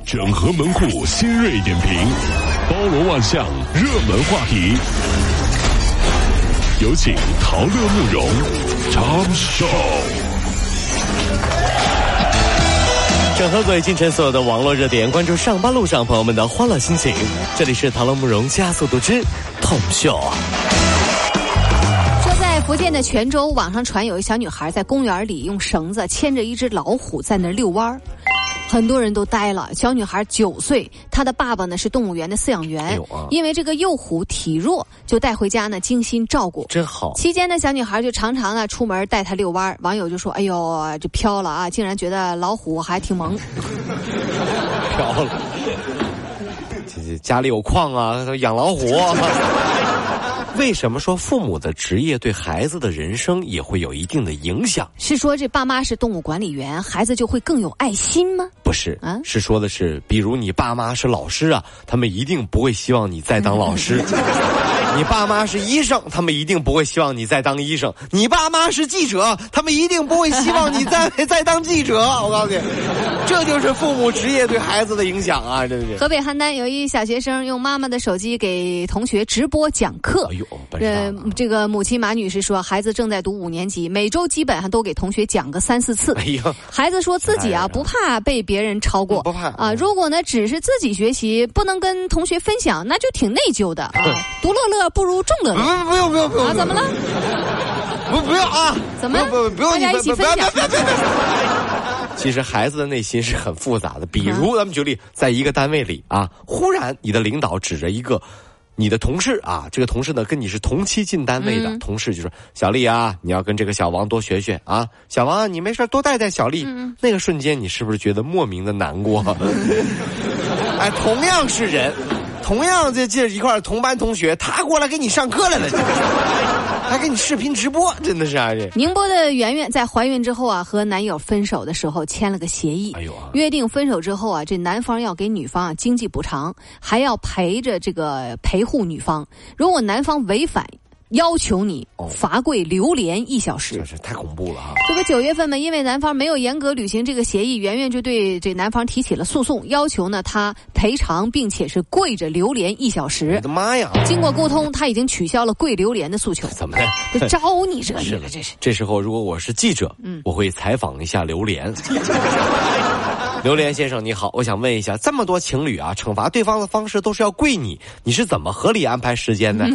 整合门户新锐点评，包罗万象，热门话题。有请陶乐慕容长寿。 整合最近晨所有的网络热点，关注上班路上朋友们的欢乐心情。这里是陶乐慕容加速度之痛秀。 说在福建的泉州，网上传有一小女孩在公园里用绳子牵着一只老虎在那儿遛弯儿。很多人都呆了。小女孩9岁，她的爸爸呢是动物园的饲养员，因为这个幼虎体弱，就带回家呢精心照顾， 真好。期间呢，小女孩就常常呢出门带她遛弯，网友就说：“哎呦，这飘了啊！竟然觉得老虎还挺萌， 飘了。”这家里有矿啊，养老虎。为什么说父母的职业对孩子的人生也会有一定的影响？ 是说这爸妈是动物管理员，孩子就会更有爱心吗？ 不是，是说的是，比如你爸妈是老师啊，他们一定不会希望你再当老师。你爸妈是医生，他们一定不会希望你再当医生。你爸妈是记者，他们一定不会希望你再当记者。我告诉你，这就是父母职业对孩子的影响啊！真是。 河北邯郸有一小学生用妈妈的手机给同学直播讲课。 哎呦， 这个母亲马女士说，孩子正在读5年级，每周基本上都给同学讲个3-4次。 哎呦， 孩子说自己啊不怕被别人超过， 不怕啊。如果呢只是自己学习，不能跟同学分享，那就挺内疚的啊。独乐乐不如众乐乐。 不用啊！怎么了？ 不要啊！ 怎么？ 不用大家一起分享。 其实孩子的内心是很复杂的。比如咱们举例，在一个单位里啊，忽然你的领导指着一个你的同事啊，这个同事呢跟你是同期进单位的，同事就说：“小丽啊，你要跟这个小王多学学啊，小王啊，你没事多带带小丽。”那个瞬间你是不是觉得莫名的难过？哎，同样是人，同样这一块同班同学，他过来给你上课来了，还给你视频直播，真的是啊！这宁波的圆圆在怀孕之后啊，和男友分手的时候签了个协议，约定分手之后啊，这男方要给女方啊经济补偿，还要陪护女方。如果男方违反，要求你罚跪榴莲1小时， 这是太恐怖了啊！ 这个9月份嘛，因为男方没有严格履行这个协议，圆圆就对这男方提起了诉讼，要求呢他赔偿，并且是跪着榴莲1小时。 我的妈呀！ 经过沟通，他已经取消了跪榴莲的诉求。 怎么的？ 招你惹你了，这是。 这时候如果我是记者，我会采访一下榴莲。榴莲先生你好，我想问一下，这么多情侣啊，惩罚对方的方式都是要跪你是怎么合理安排时间的？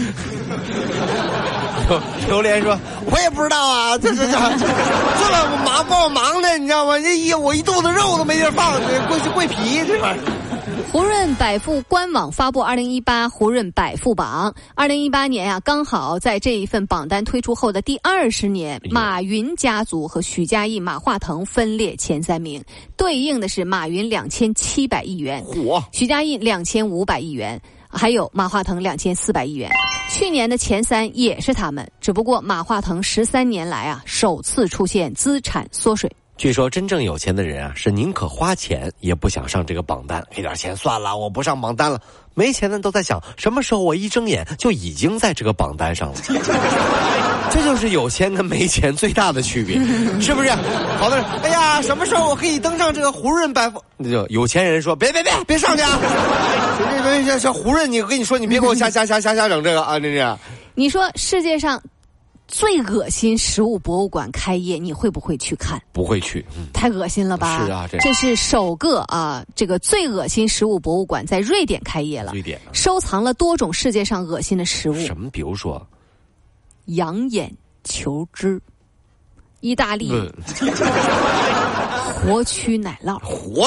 榴莲说：“我也不知道啊，这么忙，把我忙的，你知道吗？我一肚子肉都没地儿放，跪皮这玩意儿。” 胡润百富官网发布2018胡润百富榜，2018年啊，刚好在这一份榜单推出后的第20年，马云家族和许家印、马化腾分列前3名，对应的是马云2700亿元，许家印2500亿元，还有马化腾2400亿元。去年的前3也是他们，只不过马化腾13年来啊，首次出现资产缩水。 据说真正有钱的人啊，是宁可花钱也不想上这个榜单，给点钱算了，我不上榜单了。没钱的都在想，什么时候我一睁眼就已经在这个榜单上了。这就是有钱跟没钱最大的区别，是不是？好多人，哎呀，什么时候我可以登上这个胡润百富？那就有钱人说，别上去啊！这胡润，我跟你说，你别给我瞎整这个啊！这是。 你说世界上最恶心食物博物馆开业，你会不会去看？ 不会去， 太恶心了吧？ 是啊， 这是首个啊，这个最恶心食物博物馆在瑞典开业了。 瑞典收藏了多种世界上恶心的食物。 什么？比如说， 羊眼球汁，意大利活蛆奶酪，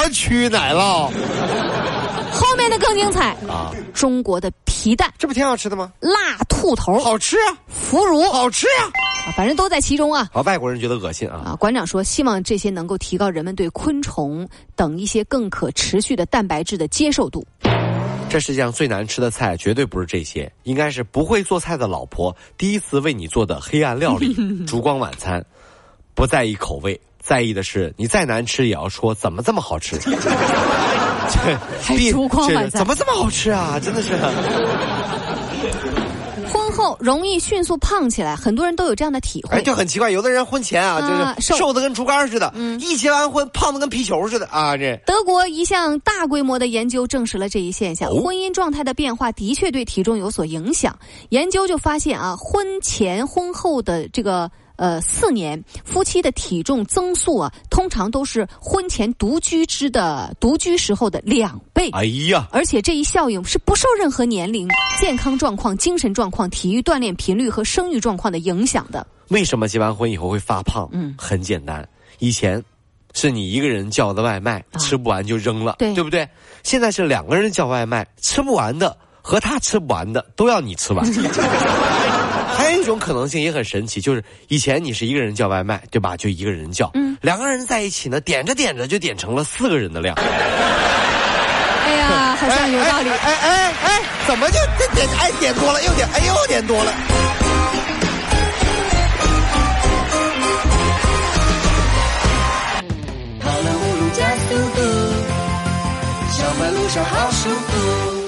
后面的更精彩啊！中国的皮蛋， 这不挺好吃的吗？ 辣兔头， 好吃啊！ 腐乳， 好吃呀！ 反正都在其中啊！ 外国人觉得恶心啊！ 馆长说，希望这些能够提高人们对昆虫等一些更可持续的蛋白质的接受度。 这世界上最难吃的菜绝对不是这些，应该是不会做菜的老婆第一次为你做的黑暗料理烛光晚餐。不在意口味，在意的是你再难吃也要说怎么这么好吃。 还烛光晚餐怎么这么好吃啊？真的是。 婚后容易迅速胖起来，很多人都有这样的体会。 就很奇怪，有的人婚前就是瘦得跟竹竿似的，一结完婚胖得跟皮球似的啊！这德国一项大规模的研究证实了这一现象，婚姻状态的变化的确对体重有所影响。研究就发现啊，婚前婚后的这个4年，夫妻的体重增速啊，通常都是婚前独居时候的2倍。 哎呀！ 而且这一效应是不受任何年龄、健康状况、精神状况、体育锻炼频率和生育状况的影响的。 为什么结完婚以后会发胖？很简单，以前是你一个人叫的外卖，吃不完就扔了，对不对？现在是2个人叫外卖，吃不完的和他吃不完的都要你吃完。还有一种可能性也很神奇，就是以前你是一个人叫外卖，对吧？就一个人叫，2个人在一起呢，点着点着就点成了4个人的量。 哎呀，好像有道理。 怎么就点多了又点，又点多了。 跑了5路加速度，上班路上好舒服。